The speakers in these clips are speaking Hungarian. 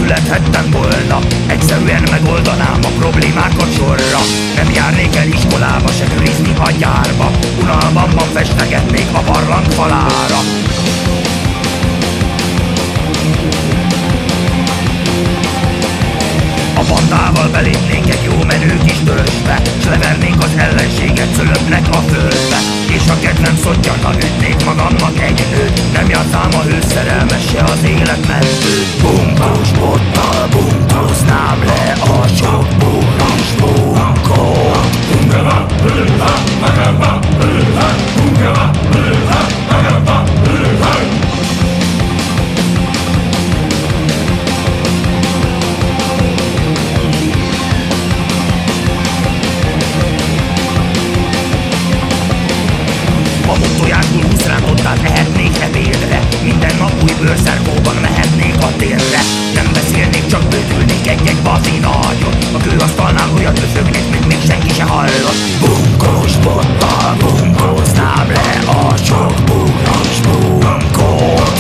születhettem volna. Egyszerűen megoldanám a problémákat sorra. Nem járnék el iskolába, se körizni a gyárba. Unalmamban festegetnék a barlang falára. A bandával belépnénk egy jó menő kis törösbe, s levernénk az ellenséget szölöknek a földbe. És ha kedvem szottyarna, ütnék magamnak egy nőt. Nem játszám a hőszerelmesse az életmentőt. Bunkós bottal bunkoznám le a sok bugras bunkót. Tojásul 20 rántottát ehetnék ebédre. Minden nap új bőrszerkóban mehetnék a térre. Nem beszélnék, csak bőtülnék egy-egy bazi nagyot. A kőasztalnál olyat öfögnék, mint még senki se hallott. Bunkós bottal bunkóznám le a sok bugras bunkót.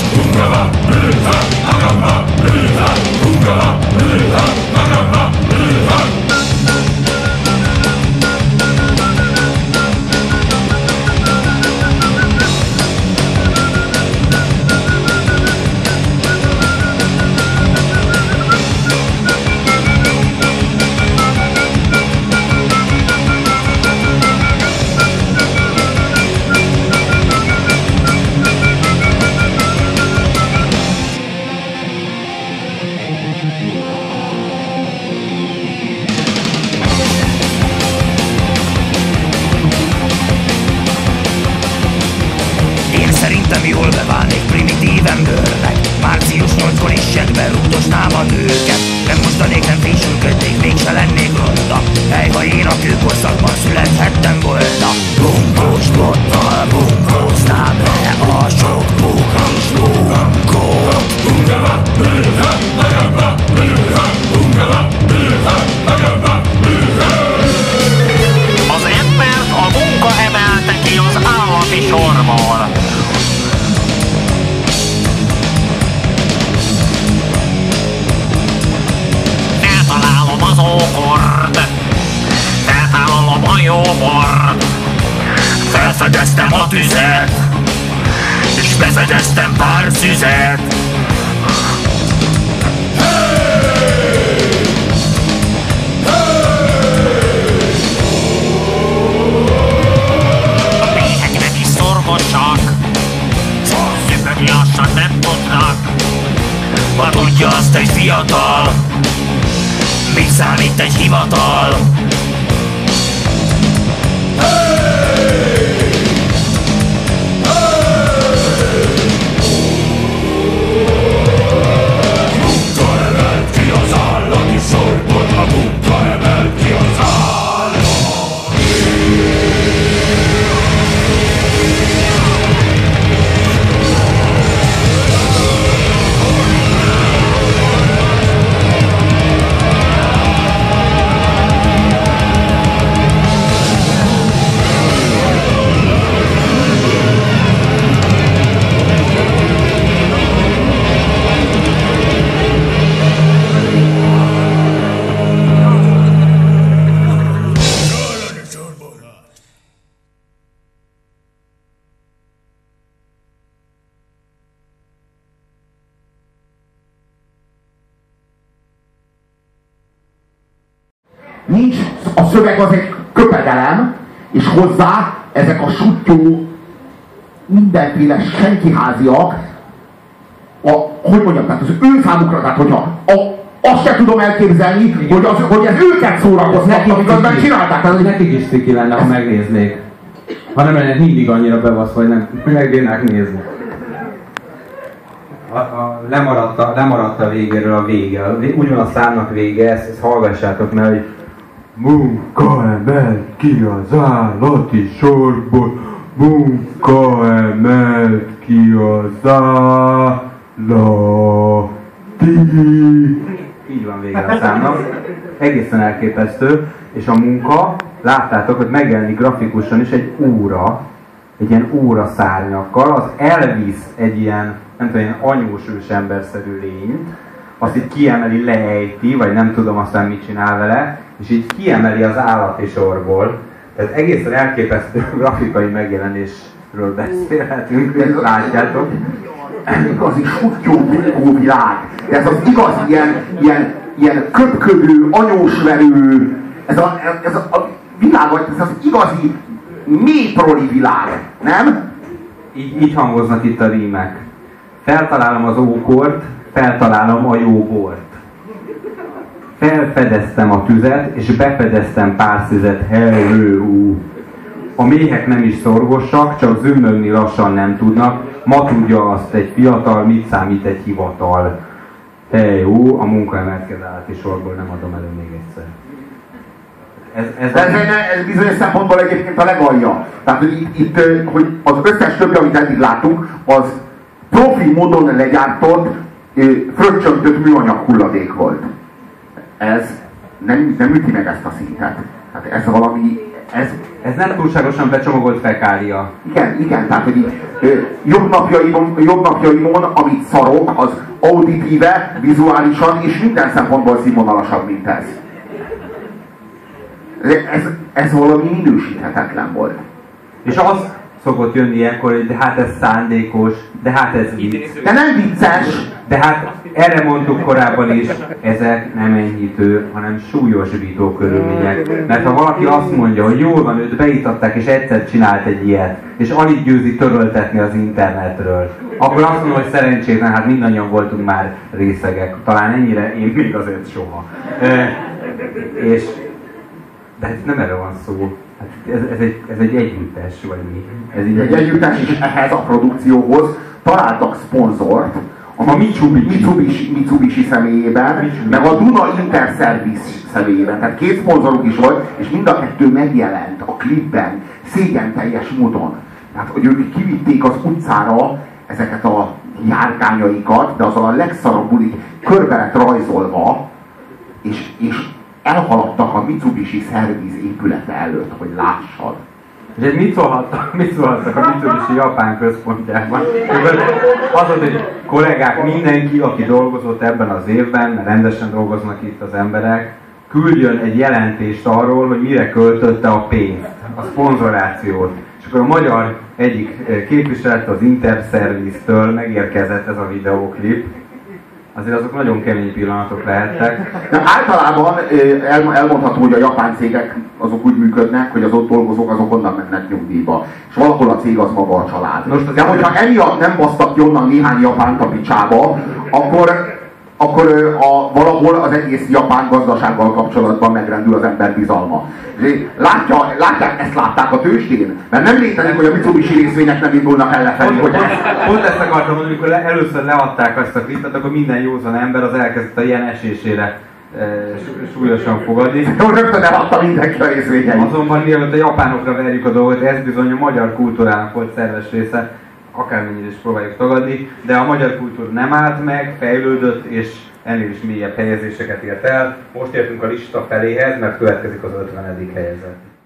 Szerintem jól beválnék primitív embernek. Március 8-kor is zsebbe rúgdosnám a nőket. Nem mostanék, nem fésülködnék, mégse lennék ronda. Hely, ha én a kőkorszakban születhettem volna. Bunkós bottal bunkóznám le a sok bugras bunkót. Az embert a munka emelte ki az állati sorból. Feltalálom az ókort, feltállalom a jó bort. Felfedeztem a tüzet, és bezegyeztem pár szüzet. Szüpögni lassan nem tudnak. Ha tudja azt egy fiatal, mit számít egy hivatal? Munka emelt ki az állati sorból, a munka emelt ki az állati. Nincs, a szöveg az egy köpedelem, és hozzá ezek a suttyó, mindenféle senkiháziak, hogy mondjam, tehát az ő számukra, tehát hogyha azt se tudom elképzelni, hogy ez őket szórakoztatnak, miközben csinálták. Tehát, hogy nekik is ciki lenne, ha megnéznék. Ha nem lenne mindig annyira bebaszva, hogy nem megbírnák nézni. Lemaradt a végéről a vége. Úgy van a számnak vége, ezt hallgassátok meg, hogy munka emelt ki az állati sorból, munka emelt ki az állati. Így van vége a számnak. Egészen elképesztő. És a munka, láttátok, hogy megjelenik grafikusan is egy óra, egy ilyen óra szárnyakkal, az elvisz egy ilyen, nem tudom, ilyen anyós ősemberszerű lényt, azt így kiemeli, leejti, vagy nem tudom aztán mit csinál vele, és így kiemeli az állati sorból. Tehát egészen elképesztő grafikai megjelenésről beszélhetünk, mint látjátok. Igazi sutyó világ. Ez az igazi ilyen köpködő, anyósverő, ez a világ, ez az igazi méproli világ, nem? Így hangoznak itt a rímek. Feltalálom az ókort, feltalálom a jó bort. Felfedeztem a tüzet, és befedeztem pár szüzet, helő. A méhek nem is szorgosak, csak zümmögni lassan nem tudnak. Ma tudja azt egy fiatal, mit számít egy hivatal. A munkaemelkedő állati sorból nem adom elő még egyszer. Ez bizonyos szempontból egyébként a legalja. Tehát itt hogy az összes többi, amit eddig láttunk, az profi módon legyártott, fröccsöntött műanyag hulladék volt. Ez nem üti meg ezt a szintet. Tehát ez valami... Ez nem túlságosan becsomagolt fekália. Igen, tehát hogy jobb napjaimon, amit szarok, az auditíve, vizuálisan és minden szempontból színvonalasabb, mint ez. Ez valami minősíthetetlen volt. És az szokott jönni ilyenkor, hogy de hát ez szándékos, de hát ez vicc. De nem vicces! De hát erre mondtuk korábban is, ezek nem enyhítő, hanem súlyosbító körülmények. Mert ha valaki azt mondja, hogy jól van, őt beítatták és egyszer csinált egy ilyet, és alig győzi töröltetni az internetről, akkor azt mondom, hogy szerencsétlen, hát mindannyian voltunk már részegek. Talán ennyire, én még azért soha. De hát nem erről van szó. Hát ez egy együttes, vagy mi? Ez egy együttes, és ehhez a produkcióhoz találtak szponzort, a Mitsubishi személyében, meg a Duna Interservice személyében. Tehát két szponzoruk is volt, és mind a kettő megjelent a klipben, szégyenteljes módon. Tehát, hogy ők kivitték az utcára ezeket a járkányaikat, de azzal a legszarabbul így körbe lett rajzolva, és elhaladtak a Mitsubishi Service épülete előtt, hogy lássad. És mit szólhattak a Mitsubishi Japán központjában? Az volt, hogy kollégák, mindenki, aki dolgozott ebben az évben, mert rendesen dolgoznak itt az emberek, küldjön egy jelentést arról, hogy mire költötte a pénzt, a szponzorációt. És akkor a magyar egyik képviselet az Interservice-től megérkezett ez a videóklip. Azért azok nagyon kemény pillanatok lehettek. De általában elmondható, hogy a japán cégek azok úgy működnek, hogy az ott dolgozók azok onnan mennek nyugdíjba. És valahol a cég az maga a család. De hogyha emiatt nem basztak ki onnan néhány japánt a picsába, akkor valahol az egész japán gazdasággal kapcsolatban megrendül az ember bizalma. Látják, ezt látták a tőzsdén? Mert nem létezik, hogy a Mitsubishi részvények nem indulnak el lefelé. Pont ezt akartam mondani, amikor először leadták ezt a klipet, akkor minden józan ember az elkezdett a ilyen esésére súlyosan fogadni. Rögtön eladta mindenki a részvényeit. Azonban mielőtt a japánokra verjük a dolgot, ez bizony a magyar kultúrának volt szerves része, akármennyire is próbáljuk tagadni, de a magyar kultúra nem állt meg, fejlődött, és ennél is mélyebb helyezéseket ért el. Most értünk a lista feléhez, mert következik az 50. helyezet.